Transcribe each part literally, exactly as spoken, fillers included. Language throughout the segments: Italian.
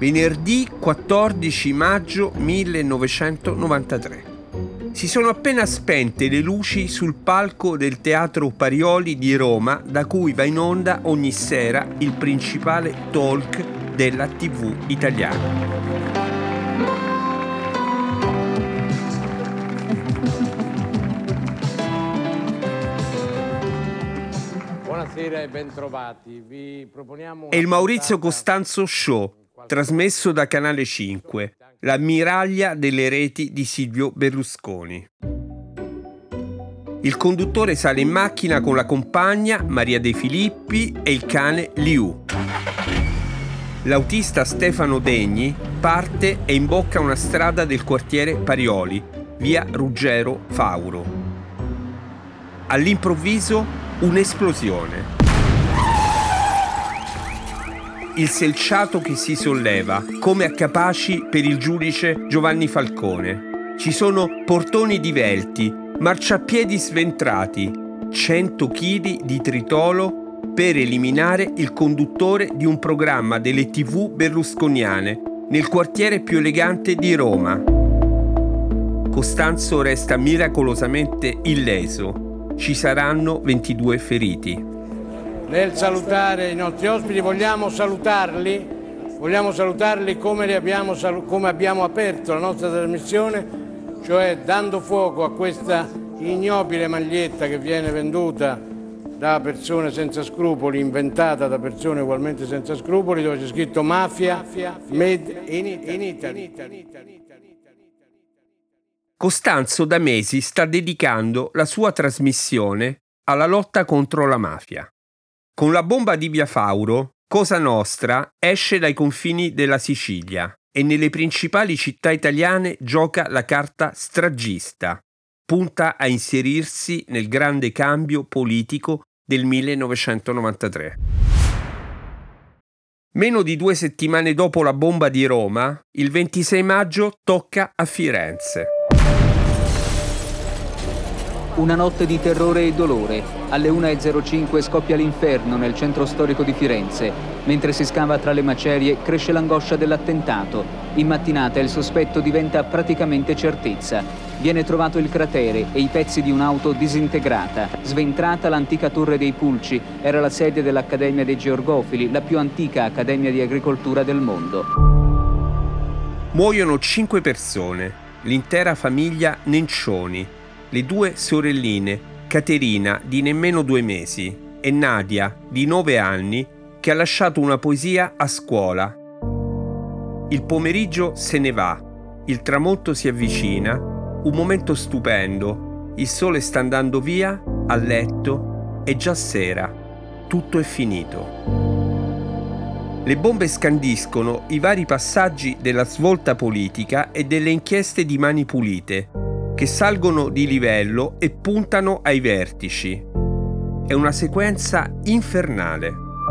venerdì quattordici maggio millenovecentonovantatré. Si sono appena spente le luci sul palco del Teatro Parioli di Roma, da cui va in onda ogni sera il principale talk della tivù italiana. Buonasera e bentrovati. Vi proponiamo È il Maurizio Costanzo Show, trasmesso da Canale cinque, l'ammiraglia delle reti di Silvio Berlusconi. Il conduttore sale in macchina con la compagna Maria De Filippi e il cane Liu. L'autista Stefano Degni parte e imbocca una strada del quartiere Parioli, via Ruggero Fauro. All'improvviso un'esplosione. Il selciato che si solleva, come a capaci per il giudice Giovanni Falcone. Ci sono portoni divelti, marciapiedi sventrati, cento chili di tritolo per eliminare il conduttore di un programma delle tivù berlusconiane nel quartiere più elegante di Roma. Costanzo resta miracolosamente illeso. Ci saranno ventidue feriti. Nel salutare i nostri ospiti vogliamo salutarli, vogliamo salutarli come, li abbiamo, come abbiamo aperto la nostra trasmissione, cioè dando fuoco a questa ignobile maglietta che viene venduta da persone senza scrupoli, inventata da persone ugualmente senza scrupoli, dove c'è scritto Mafia Made in Italy. Costanzo da mesi sta dedicando la sua trasmissione alla lotta contro la mafia. Con la bomba di Via Fauro, Cosa Nostra esce dai confini della Sicilia e nelle principali città italiane gioca la carta stragista. Punta a inserirsi nel grande cambio politico del millenovecentonovantatré. Meno di due settimane dopo la bomba di Roma, il ventisei maggio tocca a Firenze. Una notte di terrore e dolore. Alle una e zero cinque scoppia l'inferno nel centro storico di Firenze. Mentre si scava tra le macerie, cresce l'angoscia dell'attentato. In mattinata il sospetto diventa praticamente certezza. Viene trovato il cratere e i pezzi di un'auto disintegrata. Sventrata l'antica Torre dei Pulci. Era la sede dell'Accademia dei Georgofili, la più antica accademia di agricoltura del mondo. Muoiono cinque persone, l'intera famiglia Nencioni. Le due sorelline, Caterina di nemmeno due mesi e Nadia di nove anni, che ha lasciato una poesia a scuola. Il pomeriggio se ne va, il tramonto si avvicina, un momento stupendo, il sole sta andando via, a letto, è già sera, tutto è finito. Le bombe scandiscono i vari passaggi della svolta politica e delle inchieste di Mani Pulite, che salgono di livello e puntano ai vertici. È una sequenza infernale.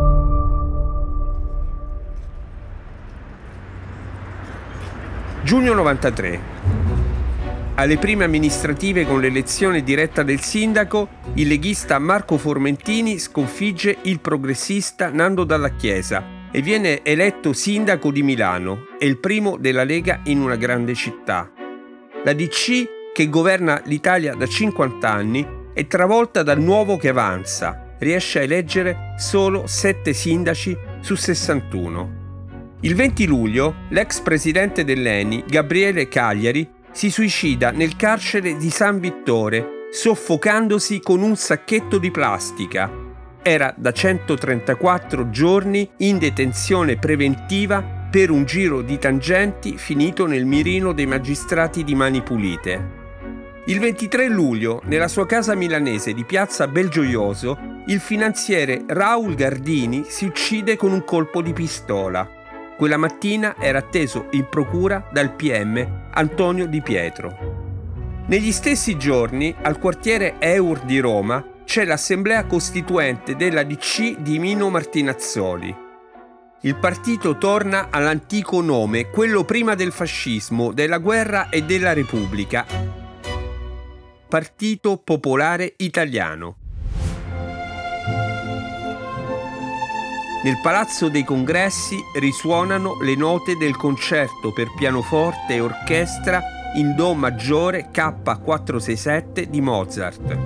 Giugno novantatré. Alle prime amministrative con l'elezione diretta del sindaco, il leghista Marco Formentini sconfigge il progressista Nando Dalla Chiesa e viene eletto sindaco di Milano, è il primo della Lega in una grande città. La D C, che governa l'Italia da cinquanta anni, è travolta dal nuovo che avanza, riesce a eleggere solo sette sindaci su sessantuno. Il venti luglio, l'ex presidente dell'Eni, Gabriele Cagliari, si suicida nel carcere di San Vittore, soffocandosi con un sacchetto di plastica. Era da centotrentaquattro giorni in detenzione preventiva per un giro di tangenti finito nel mirino dei magistrati di Mani Pulite. Il ventitré luglio, nella sua casa milanese di Piazza Belgioioso, il finanziere Raul Gardini si uccide con un colpo di pistola. Quella mattina era atteso in procura dal P M Antonio Di Pietro. Negli stessi giorni, al quartiere Eur di Roma, c'è l'assemblea costituente della D C di Mino Martinazzoli. Il partito torna all'antico nome, quello prima del fascismo, della guerra e della Repubblica. Partito Popolare Italiano. Nel Palazzo dei Congressi risuonano le note del concerto per pianoforte e orchestra in Do maggiore K quattrocentosessantasette di Mozart.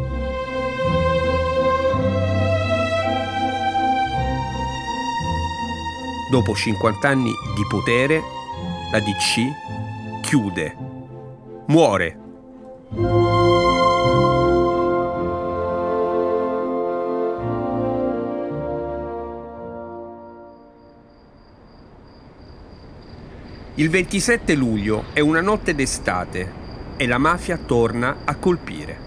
Dopo cinquanta anni di potere, la D C chiude, muore. Il ventisette luglio è una notte d'estate e la mafia torna a colpire.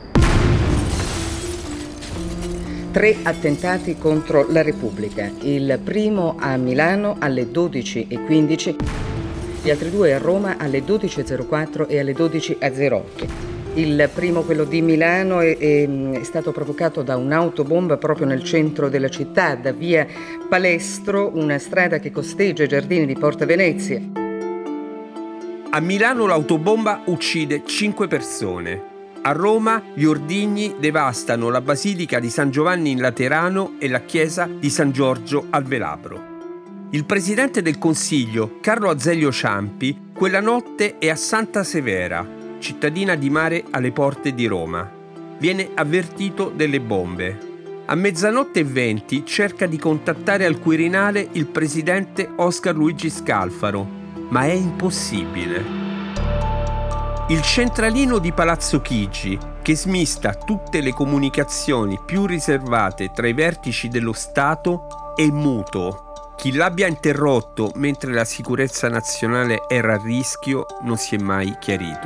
Tre attentati contro la Repubblica, il primo a Milano alle dodici e quindici, gli altri due a Roma alle dodici e zero quattro e alle dodici e zero otto. Il primo, quello di Milano, è, è stato provocato da un'autobomba proprio nel centro della città, da via Palestro, una strada che costeggia i giardini di Porta Venezia. A Milano l'autobomba uccide cinque persone. A Roma gli ordigni devastano la Basilica di San Giovanni in Laterano e la chiesa di San Giorgio al Velabro. Il presidente del Consiglio, Carlo Azeglio Ciampi, quella notte è a Santa Severa, cittadina di mare alle porte di Roma. Viene avvertito delle bombe. A mezzanotte e venti cerca di contattare al Quirinale il presidente Oscar Luigi Scalfaro, ma è impossibile. Il centralino di Palazzo Chigi, che smista tutte le comunicazioni più riservate tra i vertici dello Stato, è muto. Chi l'abbia interrotto mentre la sicurezza nazionale era a rischio non si è mai chiarito.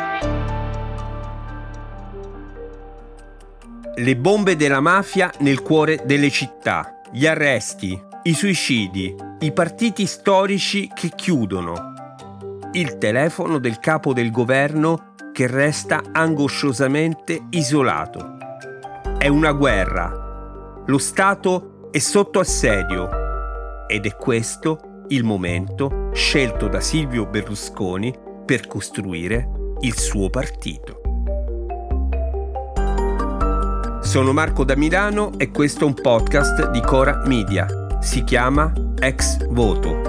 Le bombe della mafia nel cuore delle città, gli arresti, i suicidi, i partiti storici che chiudono. Il telefono del capo del governo che resta angosciosamente isolato. È una guerra. Lo Stato è sotto assedio ed è questo il momento scelto da Silvio Berlusconi per costruire il suo partito. Sono Marco da Milano e questo è un podcast di Cora Media. Si chiama Ex Voto.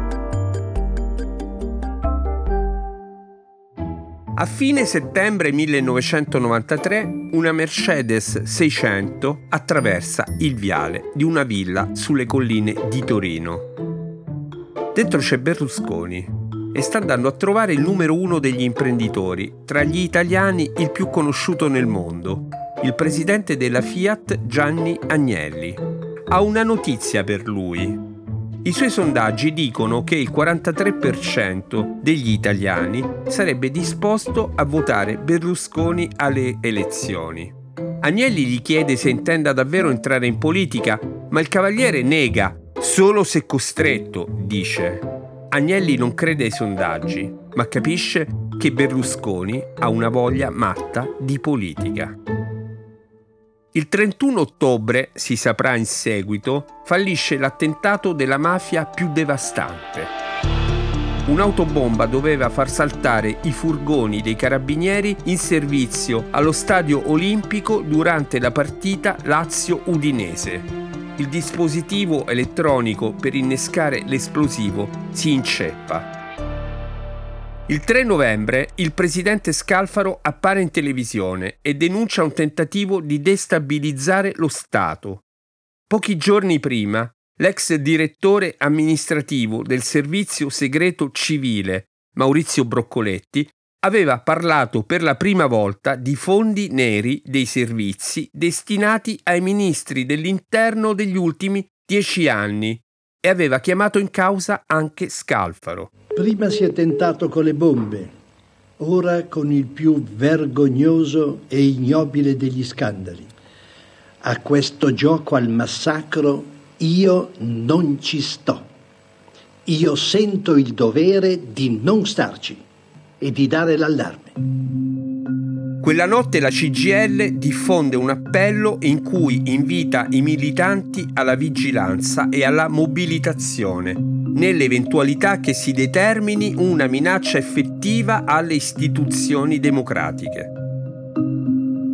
A fine settembre millenovecentonovantatré una Mercedes seicento attraversa il viale di una villa sulle colline di Torino. Dentro c'è Berlusconi e sta andando a trovare il numero uno degli imprenditori, tra gli italiani il più conosciuto nel mondo, il presidente della Fiat Gianni Agnelli. Ha una notizia per lui. I suoi sondaggi dicono che il quarantatré per cento degli italiani sarebbe disposto a votare Berlusconi alle elezioni. Agnelli gli chiede se intenda davvero entrare in politica, ma il cavaliere nega, solo se costretto, dice. Agnelli non crede ai sondaggi, ma capisce che Berlusconi ha una voglia matta di politica. Il trentuno ottobre, si saprà in seguito, fallisce l'attentato della mafia più devastante. Un'autobomba doveva far saltare i furgoni dei carabinieri in servizio allo stadio olimpico durante la partita Lazio-Udinese. Il dispositivo elettronico per innescare l'esplosivo si inceppa. Il tre novembre il presidente Scalfaro appare in televisione e denuncia un tentativo di destabilizzare lo Stato. Pochi giorni prima, l'ex direttore amministrativo del servizio segreto civile, Maurizio Broccoletti, aveva parlato per la prima volta di fondi neri dei servizi destinati ai ministri dell'interno degli ultimi dieci anni e aveva chiamato in causa anche Scalfaro. Prima si è tentato con le bombe, ora con il più vergognoso e ignobile degli scandali. A questo gioco al massacro io non ci sto. Io sento il dovere di non starci e di dare l'allarme. Quella notte la C G I L diffonde un appello in cui invita i militanti alla vigilanza e alla mobilitazione, nell'eventualità che si determini una minaccia effettiva alle istituzioni democratiche.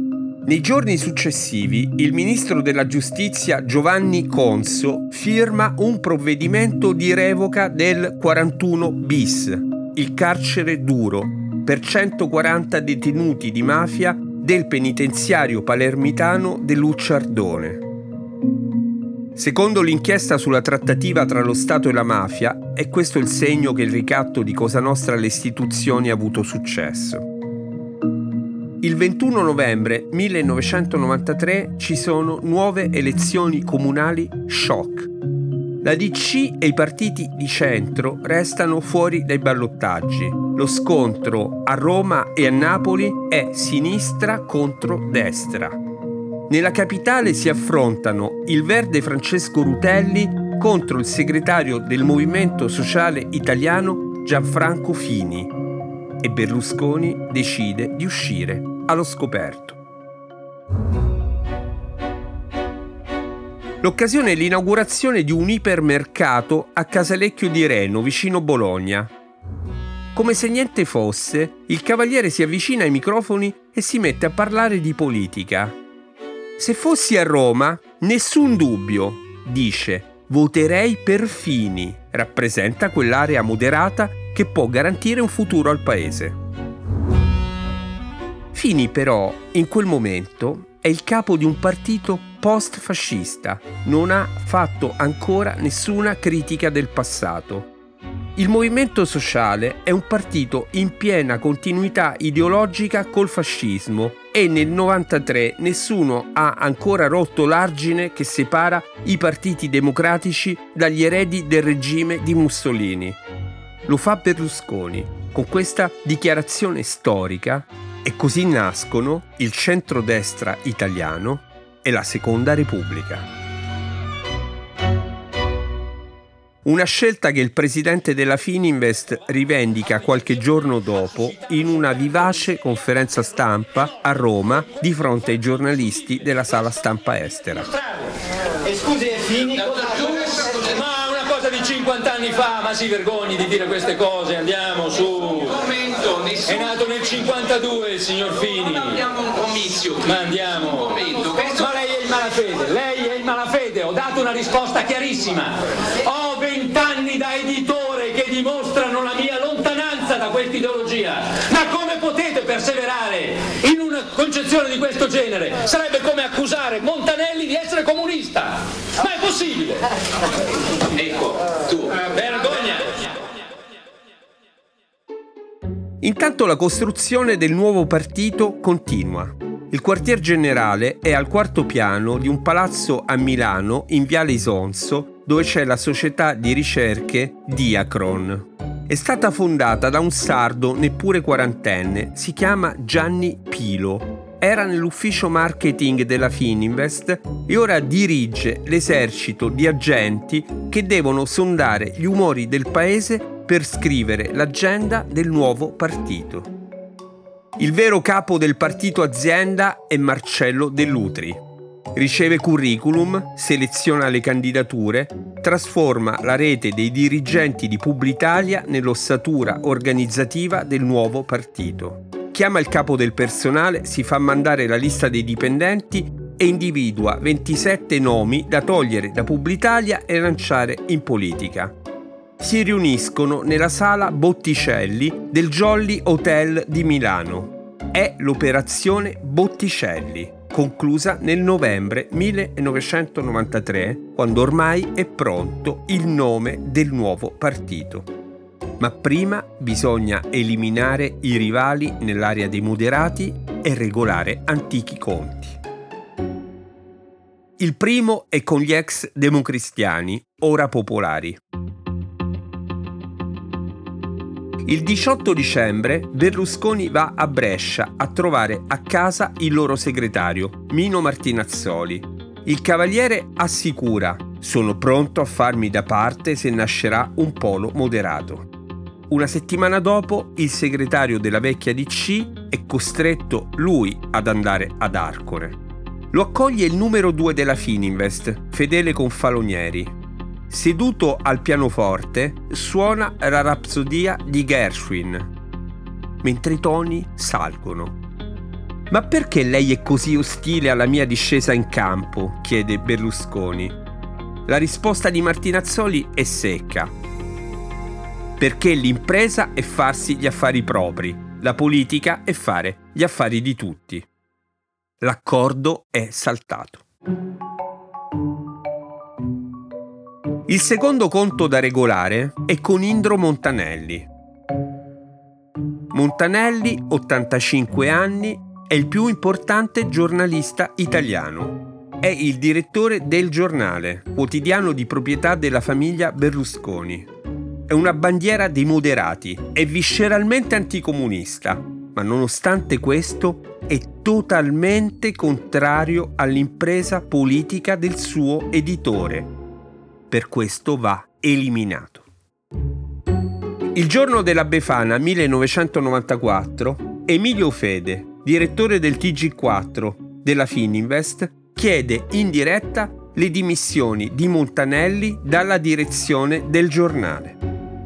Nei giorni successivi, il ministro della Giustizia Giovanni Conso firma un provvedimento di revoca del quarantuno bis, il carcere duro, per centoquaranta detenuti di mafia del penitenziario palermitano de Lucciardone. Secondo l'inchiesta sulla trattativa tra lo Stato e la mafia, è questo il segno che il ricatto di Cosa Nostra alle istituzioni ha avuto successo. Il ventuno novembre millenovecentonovantatré ci sono nuove elezioni comunali shock. La D C e i partiti di centro restano fuori dai ballottaggi. Lo scontro a Roma e a Napoli è sinistra contro destra. Nella capitale si affrontano il verde Francesco Rutelli contro il segretario del Movimento Sociale Italiano Gianfranco Fini e Berlusconi decide di uscire allo scoperto. L'occasione è l'inaugurazione di un ipermercato a Casalecchio di Reno, vicino Bologna. Come se niente fosse, il cavaliere si avvicina ai microfoni e si mette a parlare di politica. Se fossi a Roma, nessun dubbio, dice, voterei per Fini, rappresenta quell'area moderata che può garantire un futuro al paese. Fini però, in quel momento, è il capo di un partito post-fascista, non ha fatto ancora nessuna critica del passato. Il Movimento Sociale è un partito in piena continuità ideologica col fascismo e nel novantatré nessuno ha ancora rotto l'argine che separa i partiti democratici dagli eredi del regime di Mussolini. Lo fa Berlusconi con questa dichiarazione storica. E così nascono il centrodestra italiano e la Seconda Repubblica. Una scelta che il presidente della Fininvest rivendica qualche giorno dopo in una vivace conferenza stampa a Roma di fronte ai giornalisti della sala stampa estera. E scusi, è Fini? Ma una cosa di cinquanta anni fa, ma si vergogni di dire queste cose, andiamo su. È nato nel cinquantadue il signor Fini. Non abbiamo un comizio. Ma andiamo. Ma lei è il malafede, lei è il malafede, ho dato una risposta chiarissima. Ho vent'anni da editore che dimostrano la mia lontananza da questa ideologia. Ma come potete perseverare in una concezione di questo genere? Sarebbe come accusare Montanelli di essere comunista. Ma è possibile? Ecco, tu. Vergogna! Intanto la costruzione del nuovo partito continua. Il quartier generale è al quarto piano di un palazzo a Milano in Viale Isonzo, dove c'è la società di ricerche Diacron. È stata fondata da un sardo neppure quarantenne, si chiama Gianni Pilo. Era nell'ufficio marketing della Fininvest e ora dirige l'esercito di agenti che devono sondare gli umori del paese per scrivere l'agenda del nuovo partito. Il vero capo del partito azienda è Marcello Dell'Utri. Riceve curriculum, seleziona le candidature, trasforma la rete dei dirigenti di Publitalia nell'ossatura organizzativa del nuovo partito. Chiama il capo del personale, si fa mandare la lista dei dipendenti e individua ventisette nomi da togliere da Publitalia e lanciare in politica. Si riuniscono nella sala Botticelli del Jolly Hotel di Milano. È l'operazione Botticelli, conclusa nel novembre millenovecentonovantatré, quando ormai è pronto il nome del nuovo partito. Ma prima bisogna eliminare i rivali nell'area dei moderati e regolare antichi conti. Il primo è con gli ex democristiani, ora popolari. Il diciotto dicembre Berlusconi va a Brescia a trovare a casa il loro segretario, Mino Martinazzoli. Il cavaliere assicura: sono pronto a farmi da parte se nascerà un polo moderato. Una settimana dopo il segretario della vecchia D C è costretto lui ad andare ad Arcore. Lo accoglie il numero due della Fininvest, Fedele Confalonieri. Seduto al pianoforte, suona la rapsodia di Gershwin, mentre i toni salgono. Ma perché lei è così ostile alla mia discesa in campo? Chiede Berlusconi. La risposta di Martinazzoli è secca. Perché l'impresa è farsi gli affari propri, la politica è fare gli affari di tutti. L'accordo è saltato. Il secondo conto da regolare è con Indro Montanelli. Montanelli, ottantacinque anni, è il più importante giornalista italiano. È il direttore del Giornale, quotidiano di proprietà della famiglia Berlusconi. È una bandiera dei moderati, è visceralmente anticomunista, ma nonostante questo è totalmente contrario all'impresa politica del suo editore. Per questo va eliminato. Il giorno della Befana millenovecentonovantaquattro, Emilio Fede, direttore del T G quattro della Fininvest, chiede in diretta le dimissioni di Montanelli dalla direzione del giornale.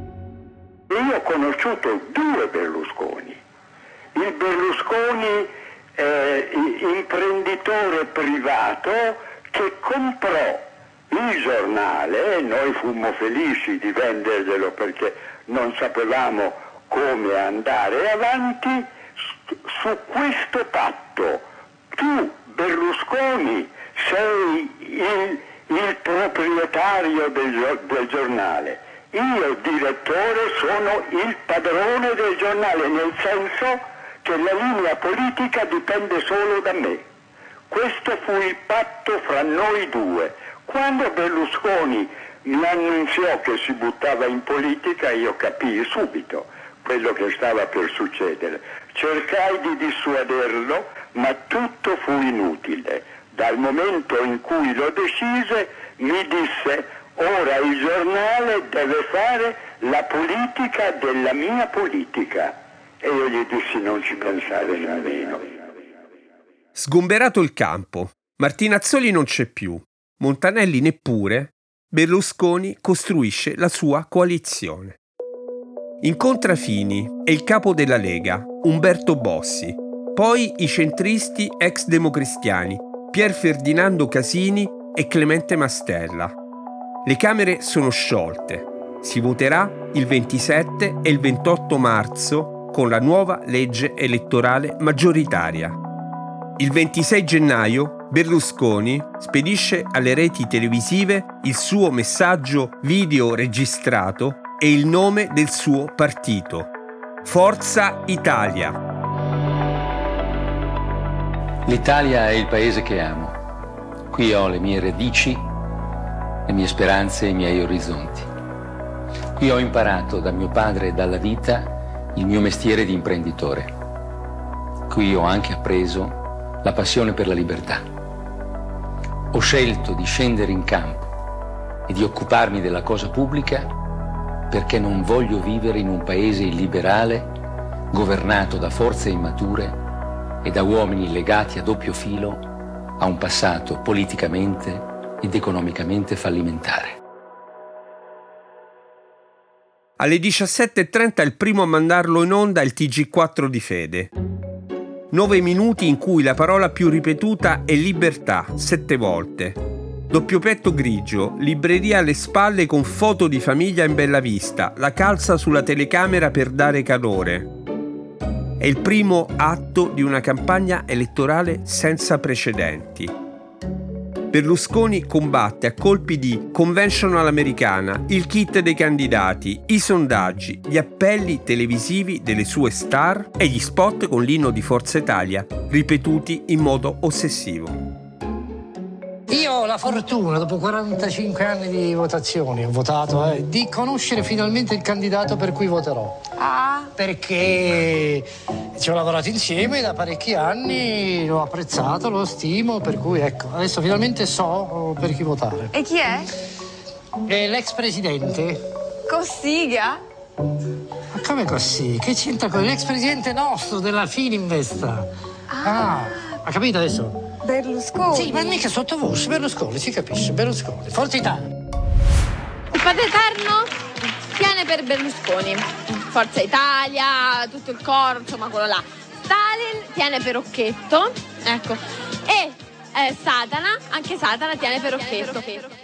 Io ho conosciuto due Berlusconi. Il Berlusconi eh, imprenditore privato che comprò il giornale e noi fummo felici di venderglielo perché non sapevamo come andare avanti su questo patto. Tu, Berlusconi, sei il, il proprietario del, del giornale. Io, direttore, sono il padrone del giornale, nel senso che la linea politica dipende solo da me. Questo fu il patto fra noi due. Quando Berlusconi mi annunziò che si buttava in politica, io capii subito quello che stava per succedere. Cercai di dissuaderlo, ma tutto fu inutile. Dal momento in cui lo decise, mi disse: ora il giornale deve fare la politica della mia politica. E io gli dissi: non ci pensare nemmeno. Sgomberato il campo, Martinazzoli non c'è più, Montanelli neppure, Berlusconi costruisce la sua coalizione. Incontra Fini e il capo della Lega, Umberto Bossi, poi i centristi ex democristiani, Pier Ferdinando Casini e Clemente Mastella. Le Camere sono sciolte. Si voterà il ventisette e il ventotto marzo con la nuova legge elettorale maggioritaria. Il ventisei gennaio Berlusconi spedisce alle reti televisive il suo messaggio video registrato e il nome del suo partito: Forza Italia. L'Italia è il paese che amo. Qui ho le mie radici, le mie speranze e i miei orizzonti. Qui ho imparato da mio padre e dalla vita il mio mestiere di imprenditore. Qui ho anche appreso la passione per la libertà. Ho scelto di scendere in campo e di occuparmi della cosa pubblica perché non voglio vivere in un paese illiberale governato da forze immature e da uomini legati a doppio filo a un passato politicamente ed economicamente fallimentare. Alle diciassette e trenta il primo a mandarlo in onda è il T G quattro di Fede. Nove minuti in cui la parola più ripetuta è libertà, sette volte. Doppiopetto grigio, libreria alle spalle con foto di famiglia in bella vista, la calza sulla telecamera per dare calore. È il primo atto di una campagna elettorale senza precedenti. Berlusconi combatte a colpi di conventional americana, il kit dei candidati, i sondaggi, gli appelli televisivi delle sue star e gli spot con l'inno di Forza Italia, ripetuti in modo ossessivo. Io ho la fortuna, dopo quarantacinque anni di votazioni, ho votato, eh, di conoscere finalmente il candidato per cui voterò. Ah. Perché ci ho lavorato insieme da parecchi anni, l'ho apprezzato, lo stimo, per cui ecco, adesso finalmente so per chi votare. E chi è? È l'ex presidente. Cossiga? Ma come Cossiga? Che c'entra con l'ex presidente nostro della Fininvest? Ah. ah, ha capito adesso? Berlusconi. Sì, ma mica sottovoce, Berlusconi, si capisce, Berlusconi. Forza Italia. Il Padre Eterno tiene per Berlusconi. Forza Italia, tutto il coro, insomma quello là. Stalin tiene per occhetto, ecco, e eh, Satana, anche Satana tiene per occhetto.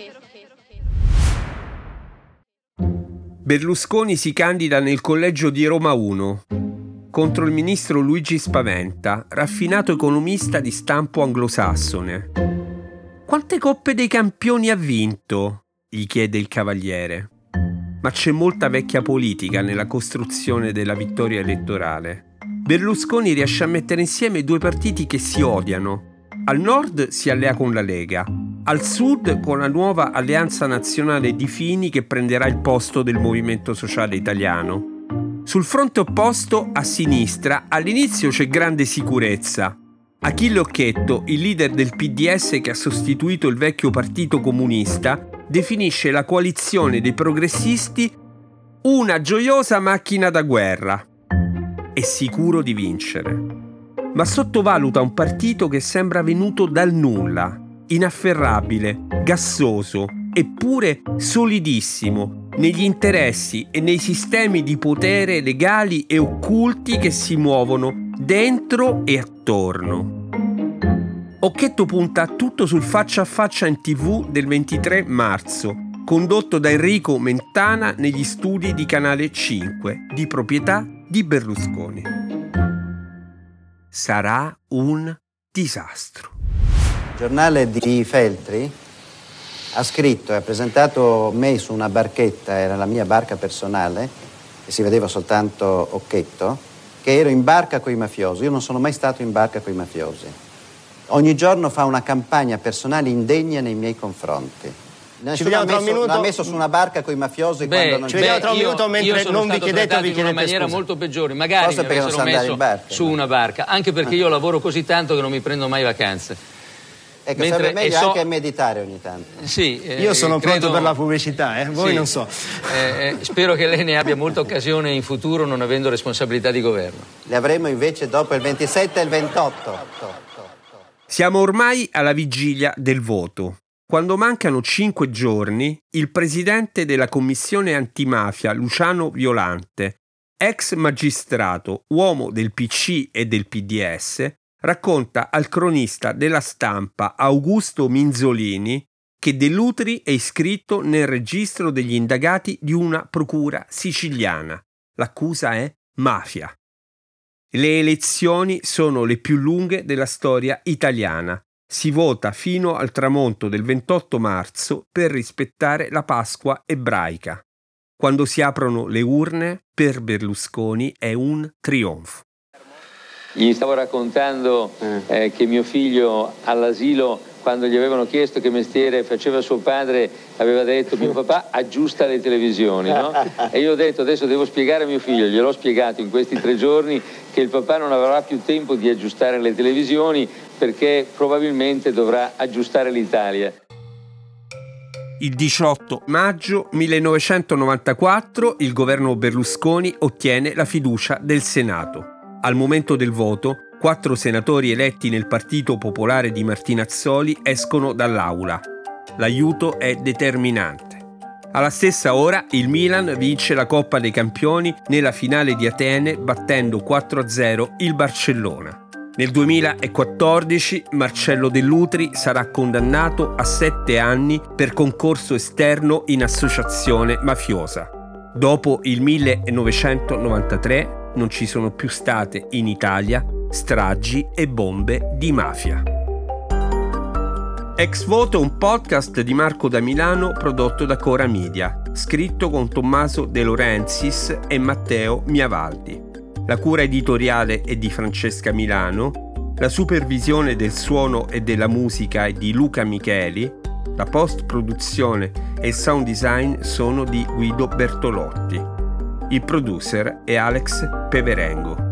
Berlusconi si candida nel collegio di Roma uno contro il ministro Luigi Spaventa, raffinato economista di stampo anglosassone. Quante coppe dei campioni ha vinto? Gli chiede il cavaliere. Ma c'è molta vecchia politica nella costruzione della vittoria elettorale. Berlusconi riesce a mettere insieme due partiti che si odiano. Al nord si allea con la Lega, al sud con la nuova Alleanza Nazionale di Fini che prenderà il posto del Movimento Sociale Italiano. Sul fronte opposto, a sinistra, all'inizio c'è grande sicurezza. Achille Occhetto, il leader del P D S che ha sostituito il vecchio Partito Comunista, definisce la coalizione dei progressisti una gioiosa macchina da guerra. È sicuro di vincere. Ma sottovaluta un partito che sembra venuto dal nulla, inafferrabile, gassoso, eppure solidissimo negli interessi e nei sistemi di potere legali e occulti che si muovono dentro e attorno. Occhetto punta tutto sul faccia a faccia in tivù del ventitré marzo, condotto da Enrico Mentana negli studi di Canale cinque, di proprietà di Berlusconi. Sarà un disastro. Il giornale di Feltri ha scritto e ha presentato me su una barchetta, era la mia barca personale, e si vedeva soltanto Occhetto, che ero in barca coi mafiosi. Io non sono mai stato in barca coi mafiosi. Ogni giorno fa una campagna personale indegna nei miei confronti. Ci vediamo tra un minuto. L'ha messo su una barca con i mafiosi. Beh, quando non ci vediamo tra un minuto mentre io non vi chiedete o vi chiedete in una maniera scusa. molto peggiore. Magari Forse mi perché non avessero sa andare messo in barca, su una barca, anche perché io lavoro così tanto che non mi prendo mai vacanze. Ecco, Mentre, sarebbe meglio so, anche meditare ogni tanto. Sì, eh, io sono credo, pronto per la pubblicità, eh? Voi sì, non so. Eh, spero che lei ne abbia molta occasione in futuro non avendo responsabilità di governo. Le avremo invece dopo il ventisette e il ventotto. Siamo ormai alla vigilia del voto. Quando mancano cinque giorni, il presidente della commissione antimafia, Luciano Violante, ex magistrato, uomo del P C e del P D S, racconta al cronista della Stampa Augusto Minzolini che De Lutri è iscritto nel registro degli indagati di una procura siciliana. L'accusa è mafia. Le elezioni sono le più lunghe della storia italiana. Si vota fino al tramonto del ventotto marzo per rispettare la Pasqua ebraica. Quando si aprono le urne, per Berlusconi è un trionfo. Gli stavo raccontando eh, che mio figlio all'asilo, quando gli avevano chiesto che mestiere faceva suo padre, aveva detto: mio papà aggiusta le televisioni, no? E io ho detto: adesso devo spiegare a mio figlio, gliel'ho spiegato in questi tre giorni, che il papà non avrà più tempo di aggiustare le televisioni perché probabilmente dovrà aggiustare l'Italia. Il diciotto maggio millenovecentonovantaquattro il governo Berlusconi ottiene la fiducia del Senato. Al momento del voto, quattro senatori eletti nel Partito Popolare di Martinazzoli escono dall'aula. L'aiuto è determinante. Alla stessa ora il Milan vince la Coppa dei Campioni nella finale di Atene battendo quattro a zero il Barcellona. Nel duemilaquattordici Marcello De Lutri sarà condannato a sette anni per concorso esterno in associazione mafiosa. Dopo il millenovecentonovantatré non ci sono più state in Italia stragi e bombe di mafia. Ex Voto è un podcast di Marco da Milano prodotto da Cora Media, scritto con Tommaso De Laurentiis e Matteo Miavaldi. La cura editoriale è di Francesca Milano, la supervisione del suono e della musica è di Luca Micheli, la post-produzione e il sound design sono di Guido Bertolotti. Il producer è Alex Peverengo.